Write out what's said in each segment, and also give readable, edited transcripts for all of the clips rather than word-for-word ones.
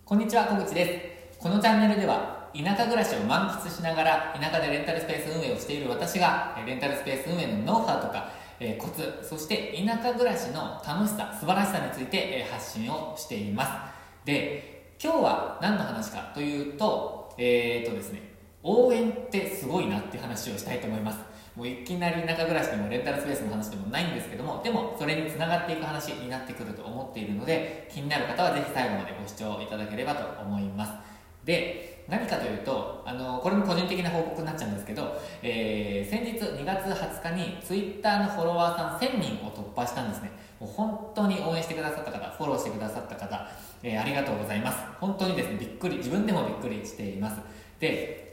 こんにちは、小口です。このチャンネルでは田舎暮らしを満喫しながら田舎でレンタルスペース運営をしている私がレンタルスペース運営のノウハウとかコツ、そして田舎暮らしの楽しさ、素晴らしさについて発信をしています。で、今日は何の話かというと、ですね、応援ってすごいなって話をしたいと思います。もういきなり田舎暮らしでもレンタルスペースの話でもないんですけども、でもそれにつながっていく話になってくると思っているので、気になる方はぜひ最後までご視聴いただければと思います。で、何かというと、これも個人的な報告になっちゃうんですけど、先日2月20日に Twitter のフォロワーさん1000人を突破したんですね。もう本当に応援してくださった方、フォローしてくださった方、ありがとうございます。本当にですね、自分でもびっくりしています。で、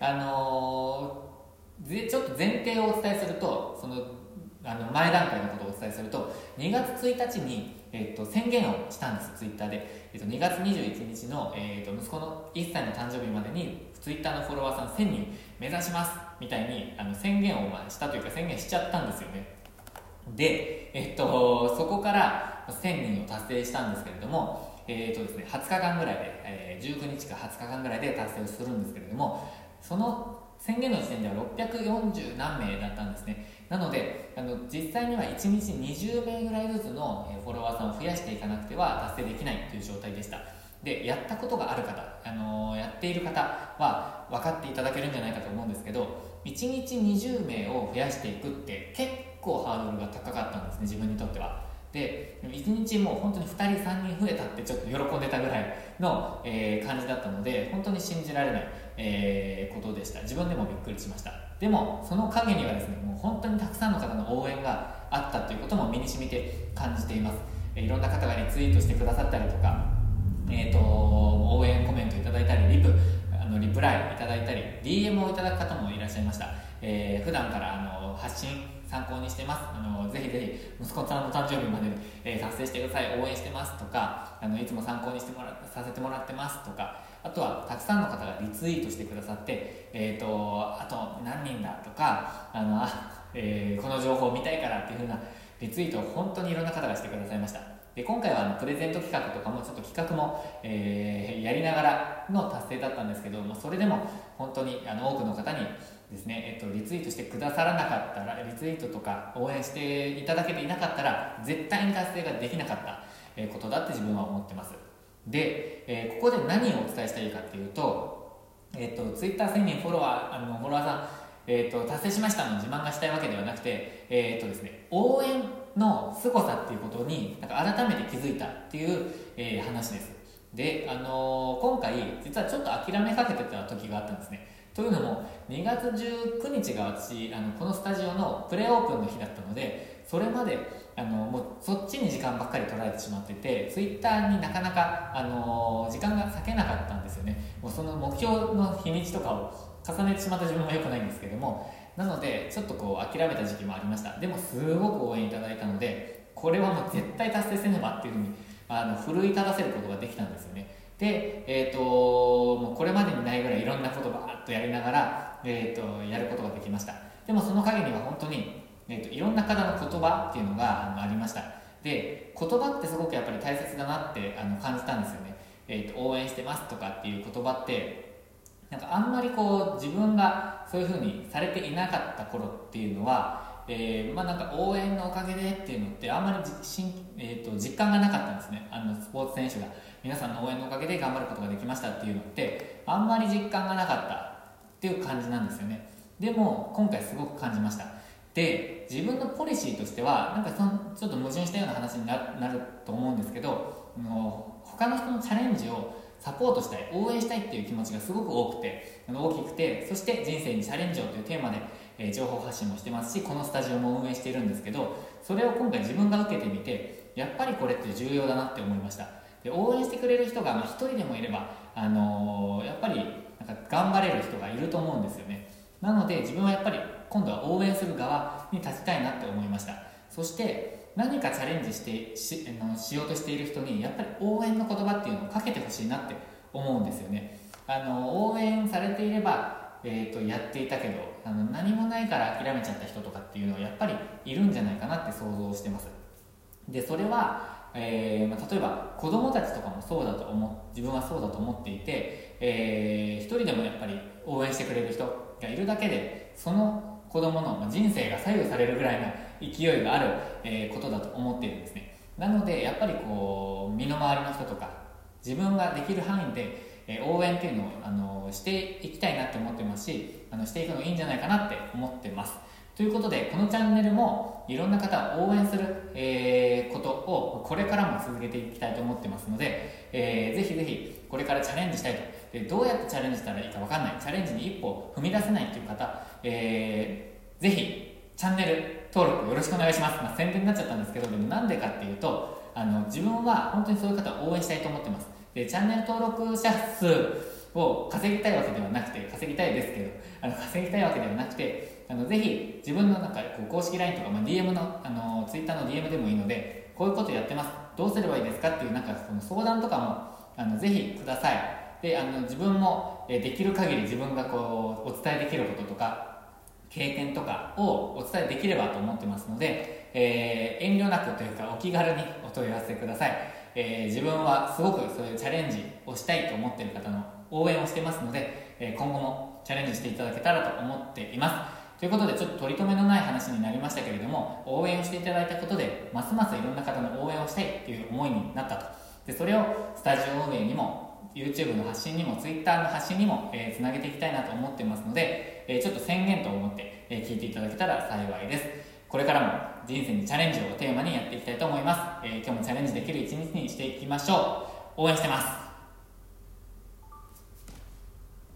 ちょっと前提をお伝えすると、前段階のことをお伝えすると、2月1日に、宣言をしたんです、ツイッターで。2月21日の、息子の1歳の誕生日までにツイッターのフォロワーさん1000人目指しますみたいに宣言をしたというか宣言しちゃったんですよね。で、そこから1000人を達成したんですけれども、ですね、20日間ぐらいで、19日か20日間ぐらいで達成をするんですけれども、その宣言の時点では640何名だったんですね。なので実際には1日20名ぐらいずつのフォロワーさんを増やしていかなくては達成できないという状態でした。で、やったことがある方、やっている方は分かっていただけるんじゃないかと思うんですけど、1日20名を増やしていくって結構ハードルが高かったんですね、自分にとっては。で、1日もう本当に2人3人増えたってちょっと喜んでたぐらいの、感じだったので、本当に信じられない、ことでした。自分でもびっくりしました。でもその陰にはですね、もう本当にたくさんの方の応援があったということも身に染みて感じています。いろんな方がリツイートしてくださったりとか、応援コメントいただいたり、リプライいただいたり DM をいただく方もいらっしゃいました。普段から発信参考にしてます。ぜひぜひ息子さんの誕生日まで、達成してください、応援してますとか、いつも参考にさせてもらってますとか、あとはたくさんの方がリツイートしてくださって、あと何人だとか、この情報を見たいからっていう風なリツイートを本当にいろんな方がしてくださいました。で、今回はプレゼント企画とかもちょっと企画も、やりながらの達成だったんですけど、それでも本当に多くの方にですね、リツイートしてくださらなかったら、リツイートとか応援していただけていなかったら絶対に達成ができなかったことだって自分は思ってます。で、ここで何をお伝えしたいかっていうと、ツイッター1000人フォロワーさん、達成しましたの自慢がしたいわけではなくて、ですね、応援の凄さっていうことに改めて気づいたっていう、話です。で、今回実はちょっと諦めかけてた時があったんですね。というのも2月19日が私このスタジオのプレオープンの日だったので、それまでもうそっちに時間ばっかり取られてしまってて、ツイッターになかなか、時間が割けなかったんですよね。もうその目標の日にちとかを重ねてしまった自分も良くないんですけども、なのでちょっと諦めた時期もありました。でもすごく応援いただいたので、これはもう絶対達成せねばっていうふうに奮い立たせることができたんですよね。で、もうこれまでにないぐらいいろんなことをバーッとやりながら、やることができました。でもその陰には本当に、いろんな方の言葉っていうのがありました。で、言葉ってすごくやっぱり大切だなって感じたんですよね。応援してますとかっていう言葉ってあんまり自分がそういう風にされていなかった頃っていうのは、応援のおかげでっていうのってあんまり実感がなかったんですね。スポーツ選手が皆さんの応援のおかげで頑張ることができましたっていうのってあんまり実感がなかったっていう感じなんですよね。でも今回すごく感じました。で、自分のポリシーとしてはちょっと矛盾したような話になると思うんですけど、他の人のチャレンジをサポートしたい、応援したいっていう気持ちがすごく大きくて、そして人生にチャレンジをというテーマで、情報発信もしてますし、このスタジオも運営しているんですけど、それを今回自分が受けてみて、やっぱりこれって重要だなって思いました。で、応援してくれる人が一人でもいれば、やっぱり頑張れる人がいると思うんですよね。なので自分はやっぱり今度は応援する側に立ちたいなって思いました。そして何かチャレンジしようとしている人にやっぱり応援の言葉っていうのをかけてほしいなって思うんですよね。応援されていれば、やっていたけど何もないから諦めちゃった人とかっていうのはやっぱりいるんじゃないかなって想像してます。で、それは例えば子供たちとかもそうだと自分はそうだと思っていて、一人でもやっぱり応援してくれる人がいるだけで、その子供の人生が左右されるぐらいな勢いがある、ことだと思っているんですね。なのでやっぱり身の回りの人とか自分ができる範囲で、応援っていうのをしていきたいなって思ってますし、していくのいいんじゃないかなって思ってます。ということでこのチャンネルもいろんな方を応援する、ことをこれからも続けていきたいと思ってますので、ぜひぜひこれからチャレンジしたいと。でどうやってチャレンジしたらいいか分かんない、チャレンジに一歩踏み出せないという方、ぜひチャンネル登録よろしくお願いします。宣伝になっちゃったんですけど、でもなんでかっていうと、自分は本当にそういう方を応援したいと思ってます。でチャンネル登録者数を稼ぎたいわけではなくて、稼ぎたいですけど稼ぎたいわけではなくて、ぜひ自分の公式 LINE とか、DM のTwitter の DM でもいいので、こういうことやってます、どうすればいいですかっていうその相談とかもぜひください。で自分もできる限り自分がお伝えできることとか経験とかをお伝えできればと思ってますので、遠慮なくというかお気軽にお問い合わせください。自分はすごくそういうチャレンジをしたいと思っている方の応援をしてますので、今後もチャレンジしていただけたらと思っています。ということでちょっと取り留めのない話になりましたけれども、応援をしていただいたことでますますいろんな方の応援をしたいっていう思いになったと。でそれをスタジオ運営にも YouTube の発信にも Twitter の発信にも、つなげていきたいなと思ってますので、ちょっと宣言と思って、聞いていただけたら幸いです。これからも人生にチャレンジをテーマにやっていきたいと思います。今日もチャレンジできる一日にしていきましょう。応援してます。